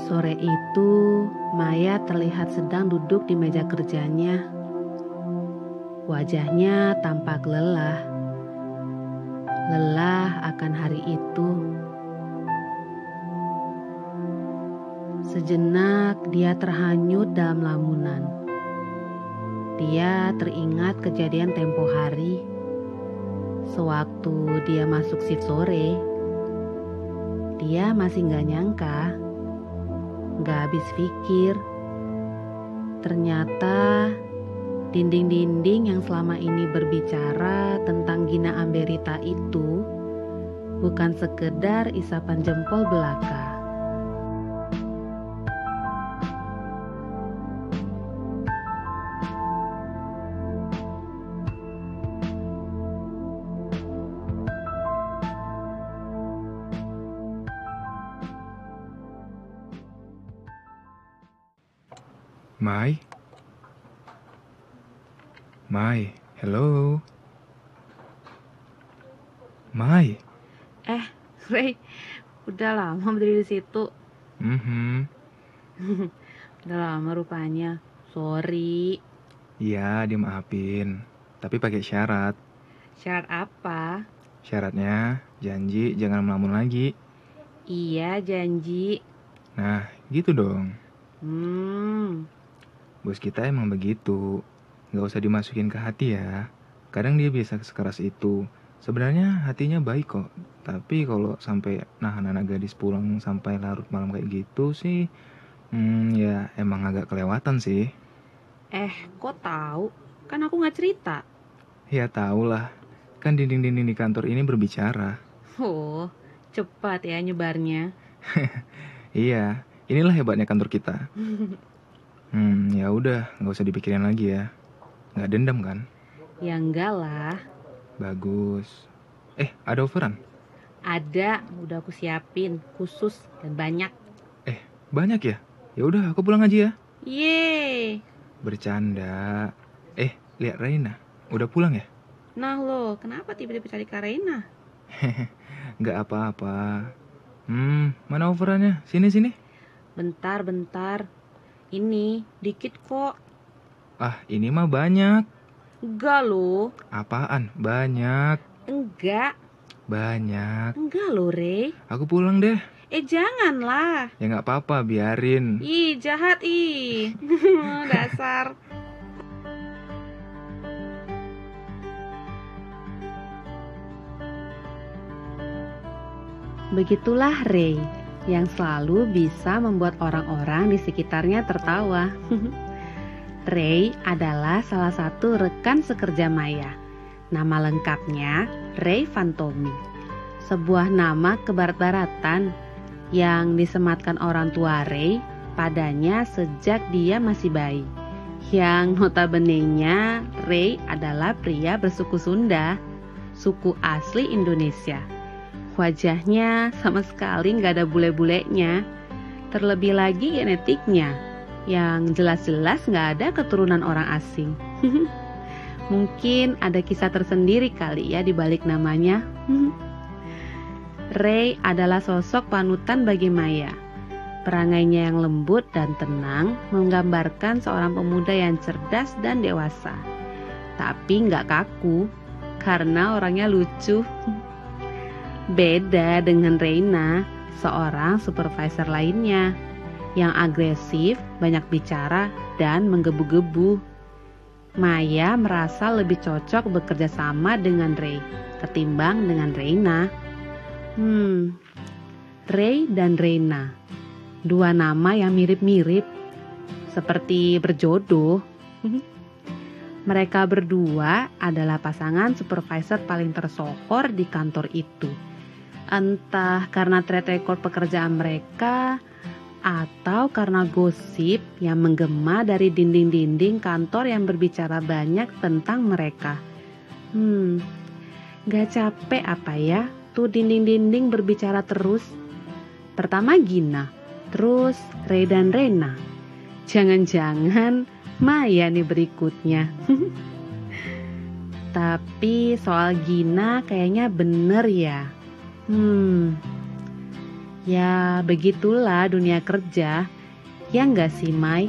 Sore itu, Maya terlihat sedang duduk di meja kerjanya. Wajahnya tampak lelah. Lelah akan hari itu. Sejenak dia terhanyut dalam lamunan. Dia teringat kejadian tempo hari. Sewaktu dia masuk shift sore, dia masih gak nyangka, gak habis pikir. Ternyata dinding-dinding yang selama ini berbicara tentang Gina Amberita itu bukan sekedar isapan jempol belaka. Mai, hello. Mai. Ray, udah lama berdiri di situ. Udah lama rupanya. Sorry. Iya, dimaafin. Tapi pakai syarat. Syarat apa? Syaratnya janji jangan melamun lagi. Iya, janji. Nah, gitu dong. Bos kita emang begitu. Gak usah dimasukin ke hati ya. Kadang dia biasa sekeras itu. Sebenarnya hatinya baik kok. Tapi kalau sampai nahan anak gadis pulang sampai larut malam kayak gitu sih, ya emang agak kelewatan sih. Kok tahu? Kan aku nggak cerita. Ya tau lah. Kan dinding-dinding di kantor ini berbicara. Oh, cepat ya nyebarnya. Iya, inilah hebatnya kantor kita. Ya udah, nggak usah dipikirin lagi ya. Nggak dendam kan? Ya enggak lah. Bagus. Ada overan? Ada, udah aku siapin khusus dan banyak. Banyak ya? Ya udah, aku pulang aja ya. Yeay. Bercanda. Lihat Reina, udah pulang ya? Nah lo, kenapa tiba-tiba cari Karena? Nggak apa-apa. Mana overannya? Sini. Bentar. Ini dikit kok. Ini mah banyak. Enggak lo. Apaan? Banyak. Enggak lo, Rey. Aku pulang deh. Janganlah. Ya nggak apa-apa, biarin. Ih, jahat ih. Dasar. Begitulah Rey, yang selalu bisa membuat orang-orang di sekitarnya tertawa. Rey adalah salah satu rekan sekerja Maya. Nama lengkapnya Rey Fantomi. Sebuah nama kebarat-baratan yang disematkan orang tua Rey padanya sejak dia masih bayi. Yang notabene-nya Rey adalah pria bersuku Sunda, suku asli Indonesia. Wajahnya sama sekali nggak ada bule-bulenya. Terlebih lagi genetiknya yang jelas-jelas nggak ada keturunan orang asing. Mungkin ada kisah tersendiri kali ya di balik namanya. Rey adalah sosok panutan bagi Maya. Perangainya yang lembut dan tenang menggambarkan seorang pemuda yang cerdas dan dewasa. Tapi nggak kaku, karena orangnya lucu. Beda dengan Reina, seorang supervisor lainnya yang agresif, banyak bicara, dan menggebu-gebu. Maya merasa lebih cocok bekerja sama dengan Rey ketimbang dengan Reina. Rey dan Reina, dua nama yang mirip-mirip, seperti berjodoh. Mereka berdua adalah pasangan supervisor paling tersohor di kantor itu. Entah karena track record pekerjaan mereka, atau karena gosip yang menggema dari dinding-dinding kantor yang berbicara banyak tentang mereka. Gak capek apa ya tuh dinding-dinding berbicara terus. Pertama Gina, terus Rey dan Reina. Jangan-jangan Maya nih berikutnya. Tapi soal Gina kayaknya bener ya. Ya, begitulah dunia kerja. Ya nggak sih, Mai?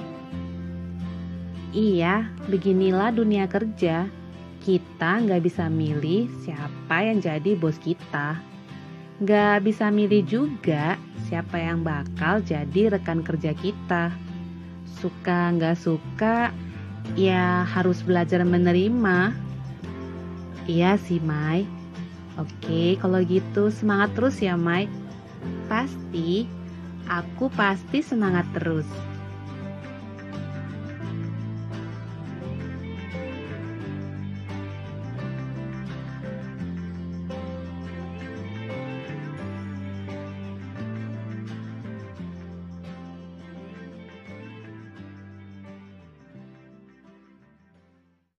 Iya, beginilah dunia kerja. Kita nggak bisa milih siapa yang jadi bos kita. Nggak bisa milih juga siapa yang bakal jadi rekan kerja kita. Suka nggak suka, ya harus belajar menerima. Iya sih, Mai. Oke, kalau gitu semangat terus ya, Mai. Pasti, aku pasti semangat terus.